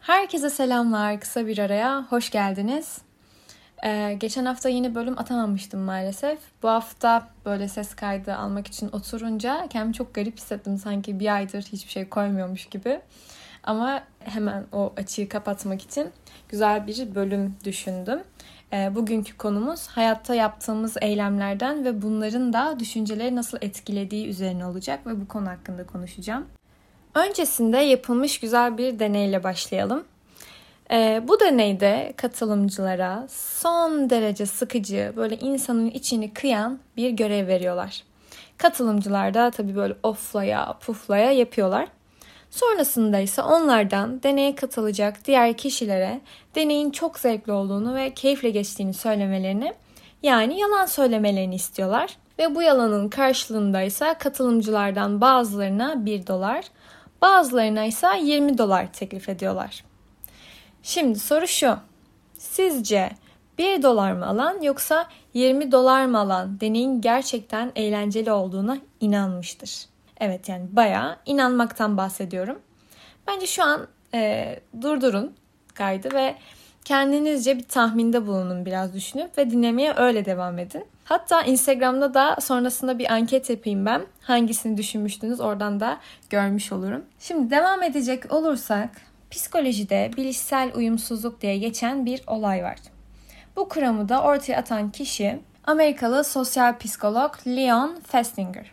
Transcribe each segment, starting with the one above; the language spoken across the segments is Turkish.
Herkese selamlar. Kısa bir araya hoş geldiniz. Geçen hafta yeni bölüm atamamıştım maalesef. Bu hafta böyle ses kaydı almak için oturunca kendimi çok garip hissettim. Sanki bir aydır hiçbir şey koymuyormuş gibi. Ama hemen o açığı kapatmak için güzel bir bölüm düşündüm. Bugünkü konumuz hayatta yaptığımız eylemlerden ve bunların da düşünceleri nasıl etkilediği üzerine olacak ve bu konu hakkında konuşacağım. Öncesinde yapılmış güzel bir deneyle başlayalım. Bu deneyde katılımcılara son derece sıkıcı, böyle insanın içini kıyan bir görev veriyorlar. Katılımcılar da tabii böyle oflaya puflaya yapıyorlar. Sonrasında ise onlardan deneye katılacak diğer kişilere deneyin çok zevkli olduğunu ve keyifle geçtiğini söylemelerini, yani yalan söylemelerini istiyorlar. Ve bu yalanın karşılığında ise katılımcılardan bazılarına $1, bazılarına ise $20 teklif ediyorlar. Şimdi soru şu. Sizce $1 mı alan yoksa $20 mı alan deneyin gerçekten eğlenceli olduğuna inanmıştır? Evet, yani bayağı inanmaktan bahsediyorum. Bence şu an durdurun kaydı ve kendinizce bir tahminde bulunun, biraz düşünüp ve dinlemeye öyle devam edin. Hatta Instagram'da da sonrasında bir anket yapayım ben. Hangisini düşünmüştünüz oradan da görmüş olurum. Şimdi devam edecek olursak psikolojide bilişsel uyumsuzluk diye geçen bir olay var. Bu kuramı da ortaya atan kişi Amerikalı sosyal psikolog Leon Festinger.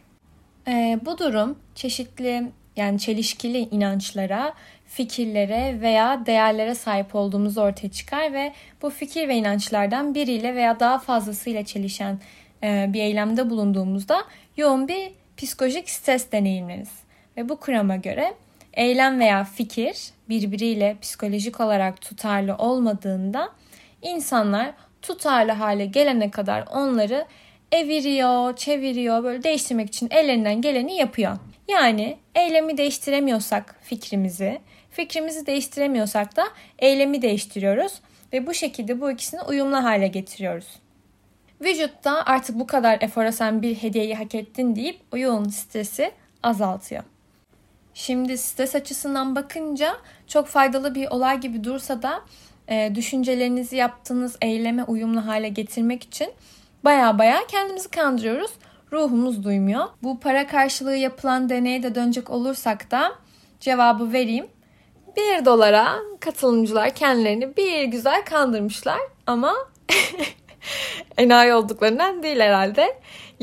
Bu durum çeşitli, yani çelişkili inançlara, fikirlere veya değerlere sahip olduğumuzu ortaya çıkar ve bu fikir ve inançlardan biriyle veya daha fazlasıyla çelişen bir eylemde bulunduğumuzda yoğun bir psikolojik stres deneyimleriz. Ve bu kurama göre eylem veya fikir birbiriyle psikolojik olarak tutarlı olmadığında insanlar tutarlı hale gelene kadar onları eviriyor, çeviriyor, böyle değiştirmek için ellerinden geleni yapıyor. Yani eylemi değiştiremiyorsak fikrimizi değiştiremiyorsak da eylemi değiştiriyoruz ve bu şekilde bu ikisini uyumlu hale getiriyoruz. Vücutta artık bu kadar efora sen bir hediyeyi hak ettin deyip o yoğun stresi azaltıyor. Şimdi stres açısından bakınca çok faydalı bir olay gibi dursa da düşüncelerinizi yaptığınız eyleme uyumlu hale getirmek için baya kendimizi kandırıyoruz. Ruhumuz duymuyor. Bu para karşılığı yapılan deneye de dönecek olursak da cevabı vereyim. $1 katılımcılar kendilerini bir güzel kandırmışlar ama enayi olduklarından değil herhalde.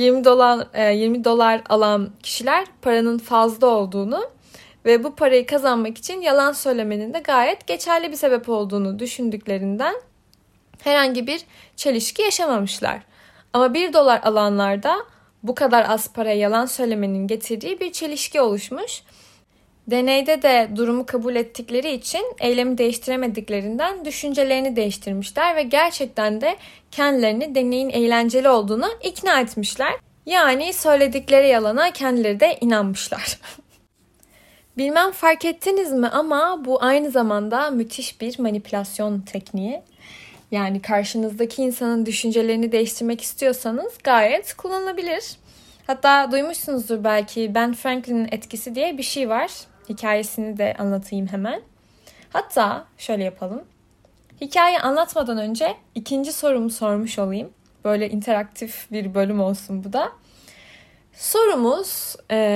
$20 alan kişiler paranın fazla olduğunu ve bu parayı kazanmak için yalan söylemenin de gayet geçerli bir sebep olduğunu düşündüklerinden herhangi bir çelişki yaşamamışlar. Ama $1 alanlarda bu kadar az paraya yalan söylemenin getirdiği bir çelişki oluşmuş. Deneyde de durumu kabul ettikleri için eylemi değiştiremediklerinden düşüncelerini değiştirmişler ve gerçekten de kendilerini deneyin eğlenceli olduğuna ikna etmişler. Yani söyledikleri yalana kendileri de inanmışlar. Bilmem fark ettiniz mi ama bu aynı zamanda müthiş bir manipülasyon tekniği. Yani karşınızdaki insanın düşüncelerini değiştirmek istiyorsanız gayet kullanılabilir. Hatta duymuşsunuzdur belki, Ben Franklin'in etkisi diye bir şey var. Hikayesini de anlatayım hemen. Hatta şöyle yapalım. Hikayeyi anlatmadan önce ikinci sorumu sormuş olayım. Böyle interaktif bir bölüm olsun bu da. Sorumuz,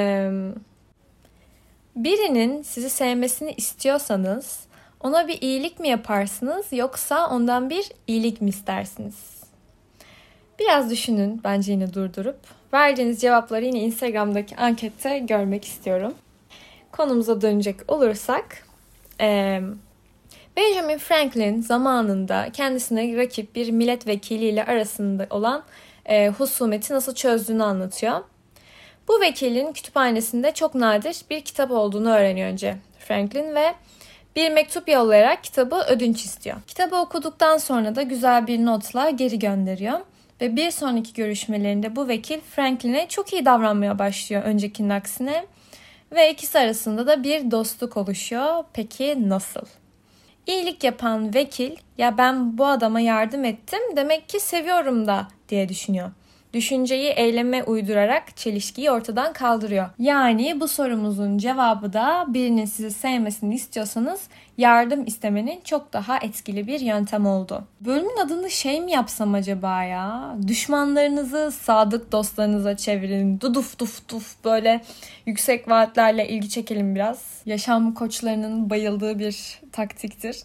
birinin sizi sevmesini istiyorsanız ona bir iyilik mi yaparsınız yoksa ondan bir iyilik mi istersiniz? Biraz düşünün, bence yine durdurup. Verdiğiniz cevapları yine Instagram'daki ankette görmek istiyorum. Konumuza dönecek olursak, Benjamin Franklin zamanında kendisine rakip bir milletvekiliyle arasında olan husumeti nasıl çözdüğünü anlatıyor. Bu vekilin kütüphanesinde çok nadir bir kitap olduğunu öğreniyor önce Franklin ve bir mektup yollayarak kitabı ödünç istiyor. Kitabı okuduktan sonra da güzel bir notla geri gönderiyor. Ve bir sonraki görüşmelerinde bu vekil Franklin'e çok iyi davranmaya başlıyor öncekinin aksine. Ve ikisi arasında da bir dostluk oluşuyor. Peki nasıl? İyilik yapan vekil, ya ben bu adama yardım ettim demek ki seviyorum da diye düşünüyor. düşünceyi eyleme uydurarak çelişkiyi ortadan kaldırıyor. Yani bu sorumuzun cevabı da birinin sizi sevmesini istiyorsanız yardım istemenin çok daha etkili bir yöntem oldu. Bölümün adını şey mi yapsam acaba ya? Düşmanlarınızı sadık dostlarınıza çevirin. Duduf duf duf böyle yüksek vaatlerle ilgi çekelim biraz. Yaşam koçlarının bayıldığı bir taktiktir.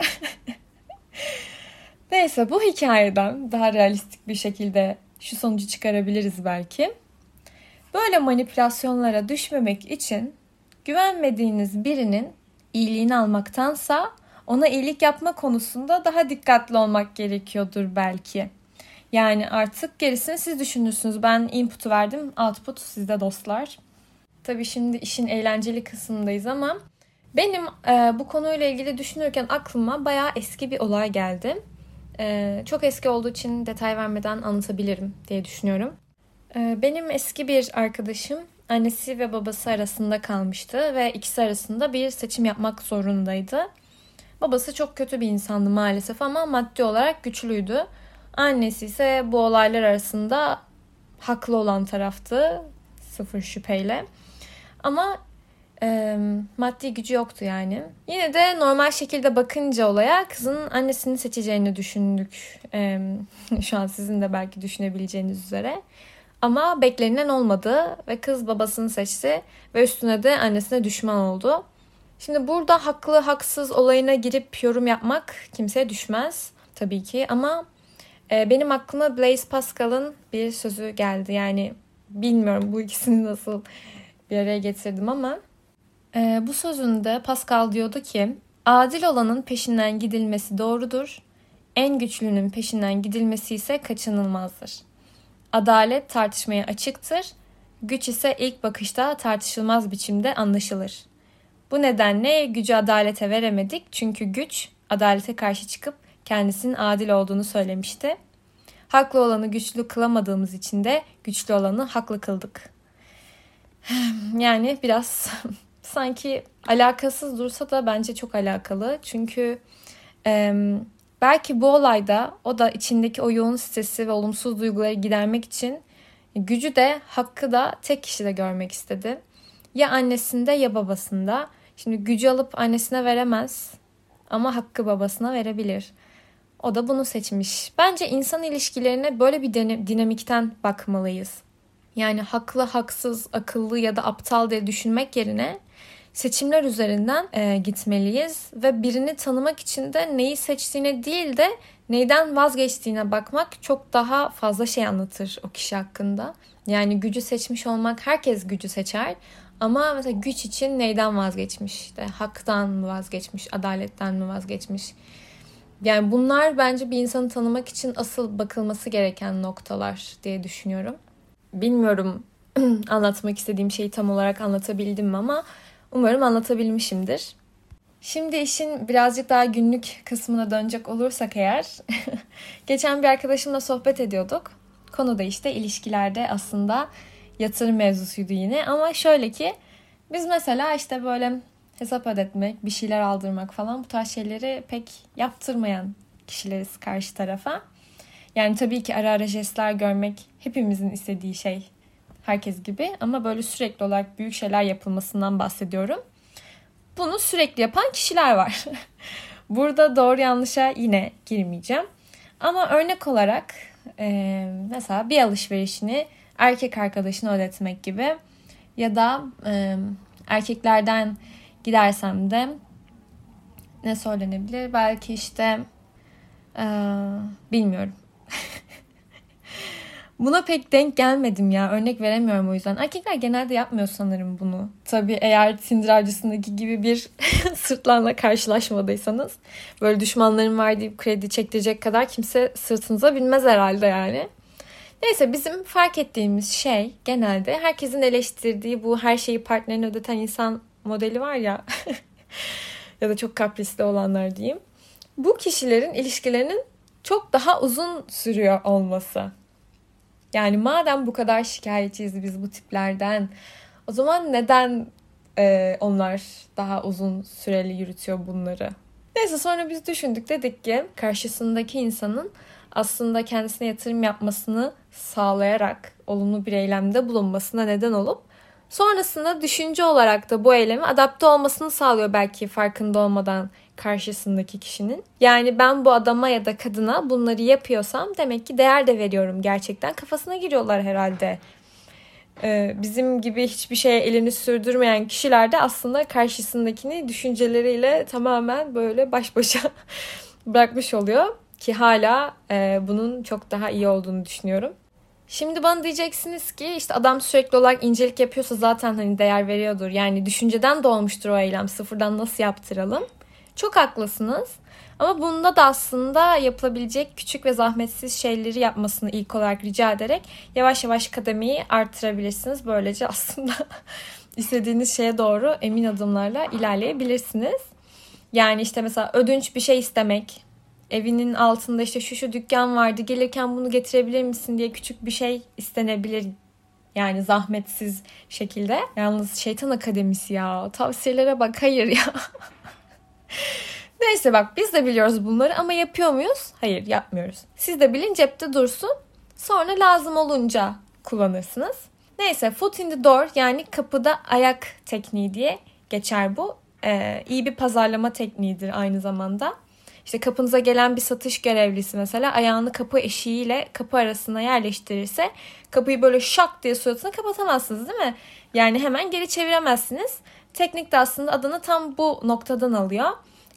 Neyse, bu hikayeden daha realistik bir şekilde şu sonucu çıkarabiliriz belki. Böyle manipülasyonlara düşmemek için güvenmediğiniz birinin iyiliğini almaktansa ona iyilik yapma konusunda daha dikkatli olmak gerekiyordur belki. Yani artık gerisini siz düşünürsünüz. Ben input'u verdim, output sizde dostlar. Tabii şimdi işin eğlenceli kısmındayız ama benim bu konuyla ilgili düşünürken aklıma bayağı eski bir olay geldi. Çok eski olduğu için detay vermeden anlatabilirim diye düşünüyorum. Benim eski bir arkadaşım annesi ve babası arasında kalmıştı ve ikisi arasında bir seçim yapmak zorundaydı. Babası çok kötü bir insandı maalesef ama maddi olarak güçlüydü. Annesi ise bu olaylar arasında haklı olan taraftı, sıfır şüpheyle. Ama maddi gücü yoktu yani. Yine de normal şekilde bakınca olaya kızın annesini seçeceğini düşündük. Şu an sizin de belki düşünebileceğiniz üzere. Ama beklenilen olmadı ve kız babasını seçti ve üstüne de annesine düşman oldu. Şimdi burada haklı haksız olayına girip yorum yapmak kimseye düşmez tabii ki ama benim aklıma Blaise Pascal'ın bir sözü geldi. Yani bilmiyorum bu ikisini nasıl bir araya getirdim ama bu sözünde Pascal diyordu ki adil olanın peşinden gidilmesi doğrudur, en güçlünün peşinden gidilmesi ise kaçınılmazdır. Adalet tartışmaya açıktır, güç ise ilk bakışta tartışılmaz biçimde anlaşılır. Bu nedenle gücü adalete veremedik çünkü güç adalete karşı çıkıp kendisinin adil olduğunu söylemişti. Haklı olanı güçlü kılamadığımız için de güçlü olanı haklı kıldık. Yani biraz sanki alakasız dursa da bence çok alakalı. Çünkü belki bu olayda o da içindeki o yoğun stresi ve olumsuz duyguları gidermek için gücü de hakkı da tek kişide görmek istedi. Ya annesinde ya babasında. Şimdi gücü alıp annesine veremez ama hakkı babasına verebilir. O da bunu seçmiş. Bence insan ilişkilerine böyle bir dinamikten bakmalıyız. Yani haklı, haksız, akıllı ya da aptal diye düşünmek yerine seçimler üzerinden gitmeliyiz. Ve birini tanımak için de neyi seçtiğine değil de neyden vazgeçtiğine bakmak çok daha fazla şey anlatır o kişi hakkında. Yani gücü seçmiş olmak, herkes gücü seçer. Ama mesela güç için neyden vazgeçmiş? İşte haktan mı vazgeçmiş, adaletten mi vazgeçmiş? Yani bunlar bence bir insanı tanımak için asıl bakılması gereken noktalar diye düşünüyorum. Bilmiyorum anlatmak istediğim şeyi tam olarak anlatabildim mi ama umarım anlatabilmişimdir. Şimdi işin birazcık daha günlük kısmına dönecek olursak eğer, geçen bir arkadaşımla sohbet ediyorduk. Konu da işte ilişkilerde aslında yatırım mevzusuydu yine ama şöyle ki biz mesela işte böyle hesap ödetmek, bir şeyler aldırmak falan bu tarz şeyleri pek yaptırmayan kişileriz karşı tarafa. Yani tabii ki ara ara jestler görmek hepimizin istediği şey, herkes gibi ama böyle sürekli olarak büyük şeyler yapılmasından bahsediyorum. Bunu sürekli yapan kişiler var. Burada doğru yanlışa yine girmeyeceğim. Ama örnek olarak mesela bir alışverişini erkek arkadaşına ödetmek gibi ya da erkeklerden gidersem de ne söylenebilir? Belki işte bilmiyorum. Buna pek denk gelmedim ya. Örnek veremiyorum o yüzden. Erkekler genelde yapmıyor sanırım bunu. Tabii eğer Tinder avcısındaki gibi bir sırtlanla karşılaşmadıysanız. Böyle düşmanlarım var deyip kredi çektirecek kadar kimse sırtınıza binmez herhalde yani. Neyse bizim fark ettiğimiz şey genelde herkesin eleştirdiği bu her şeyi partnerine ödeten insan modeli var ya. Ya da çok kaprisli olanlar diyeyim. Bu kişilerin ilişkilerinin çok daha uzun sürüyor olması. Yani madem bu kadar şikayetçiyiz biz bu tiplerden, o zaman neden onlar daha uzun süreli yürütüyor bunları? Neyse sonra biz düşündük, dedik ki karşısındaki insanın aslında kendisine yatırım yapmasını sağlayarak olumlu bir eylemde bulunmasına neden olup sonrasında düşünce olarak da bu eyleme adapte olmasını sağlıyor belki farkında olmadan karşısındaki kişinin. Yani ben bu adama ya da kadına bunları yapıyorsam demek ki değer de veriyorum gerçekten. Kafasına giriyorlar herhalde. Bizim gibi hiçbir şeye elini sürdürmeyen kişiler de aslında karşısındakini düşünceleriyle tamamen böyle baş başa bırakmış oluyor. Ki hala bunun çok daha iyi olduğunu düşünüyorum. Şimdi bana diyeceksiniz ki işte adam sürekli olarak incelik yapıyorsa zaten hani değer veriyordur. Yani düşünceden doğmuştur o eylem. Sıfırdan nasıl yaptıralım? Çok haklısınız. Ama bunda da aslında yapılabilecek küçük ve zahmetsiz şeyleri yapmasını ilk olarak rica ederek yavaş yavaş kademeyi artırabilirsiniz. Böylece aslında istediğiniz şeye doğru emin adımlarla ilerleyebilirsiniz. Yani işte mesela ödünç bir şey istemek, evinin altında işte şu dükkan vardı gelirken bunu getirebilir misin diye küçük bir şey istenebilir. Yani zahmetsiz şekilde. Yalnız şeytan akademisi ya. Tavsiyelere bak, hayır ya. Neyse bak biz de biliyoruz bunları ama yapıyor muyuz? Hayır, yapmıyoruz. Siz de bilin, cepte dursun. Sonra lazım olunca kullanırsınız. Neyse, foot in the door yani kapıda ayak tekniği diye geçer bu. İyi bir pazarlama tekniğidir aynı zamanda. İşte kapınıza gelen bir satış görevlisi mesela ayağını kapı eşiğiyle kapı arasına yerleştirirse kapıyı böyle şak diye suratına kapatamazsınız değil mi? Yani hemen geri çeviremezsiniz. Teknik de aslında adını tam bu noktadan alıyor.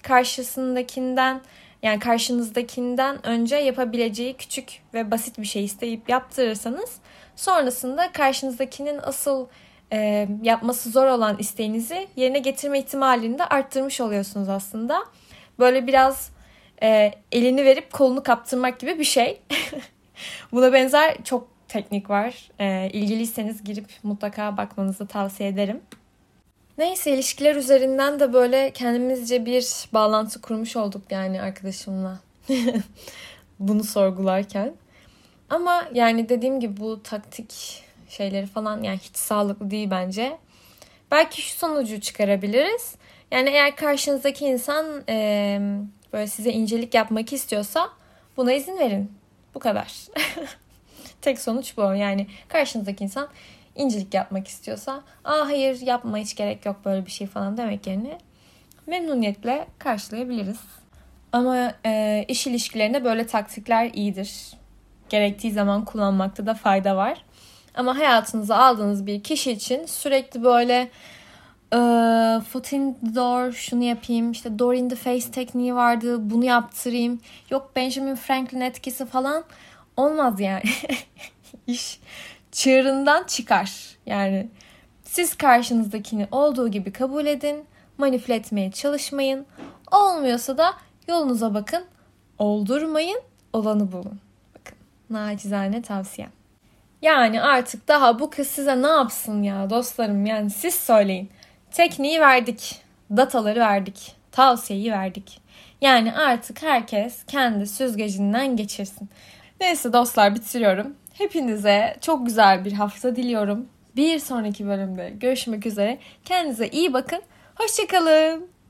Karşınızdakinden önce yapabileceği küçük ve basit bir şey isteyip yaptırırsanız sonrasında karşınızdakinin asıl yapması zor olan isteğinizi yerine getirme ihtimalini de arttırmış oluyorsunuz aslında. Böyle biraz elini verip kolunu kaptırmak gibi bir şey. Buna benzer çok teknik var. İlgiliyseniz girip mutlaka bakmanızı tavsiye ederim. Neyse, ilişkiler üzerinden de böyle kendimizce bir bağlantı kurmuş olduk yani arkadaşımla. Bunu sorgularken. Ama yani dediğim gibi bu taktik şeyleri falan yani hiç sağlıklı değil bence. Belki şu sonucu çıkarabiliriz. Yani eğer karşınızdaki insan böyle size incelik yapmak istiyorsa buna izin verin. Bu kadar. Tek sonuç bu. Yani karşınızdaki insan incelik yapmak istiyorsa hayır yapma, hiç gerek yok böyle bir şey falan demek yerine memnuniyetle karşılayabiliriz. Ama iş ilişkilerinde böyle taktikler iyidir. Gerektiği zaman kullanmakta da fayda var. Ama hayatınıza aldığınız bir kişi için sürekli böyle foot in the door, şunu yapayım, işte door in the face tekniği vardı, bunu yaptırayım, yok Benjamin Franklin etkisi falan olmaz yani. İş çığırından çıkar. Yani siz karşınızdakini olduğu gibi kabul edin, manipüle etmeye çalışmayın. Olmuyorsa da yolunuza bakın, oldurmayın, olanı bulun. Bakın, nacizane tavsiyem. Yani artık daha bu kız size ne yapsın ya dostlarım, yani siz söyleyin. Tekniği verdik, dataları verdik, tavsiyeyi verdik. Yani artık herkes kendi süzgecinden geçirsin. Neyse dostlar, bitiriyorum. Hepinize çok güzel bir hafta diliyorum. Bir sonraki bölümde görüşmek üzere. Kendinize iyi bakın. Hoşça kalın.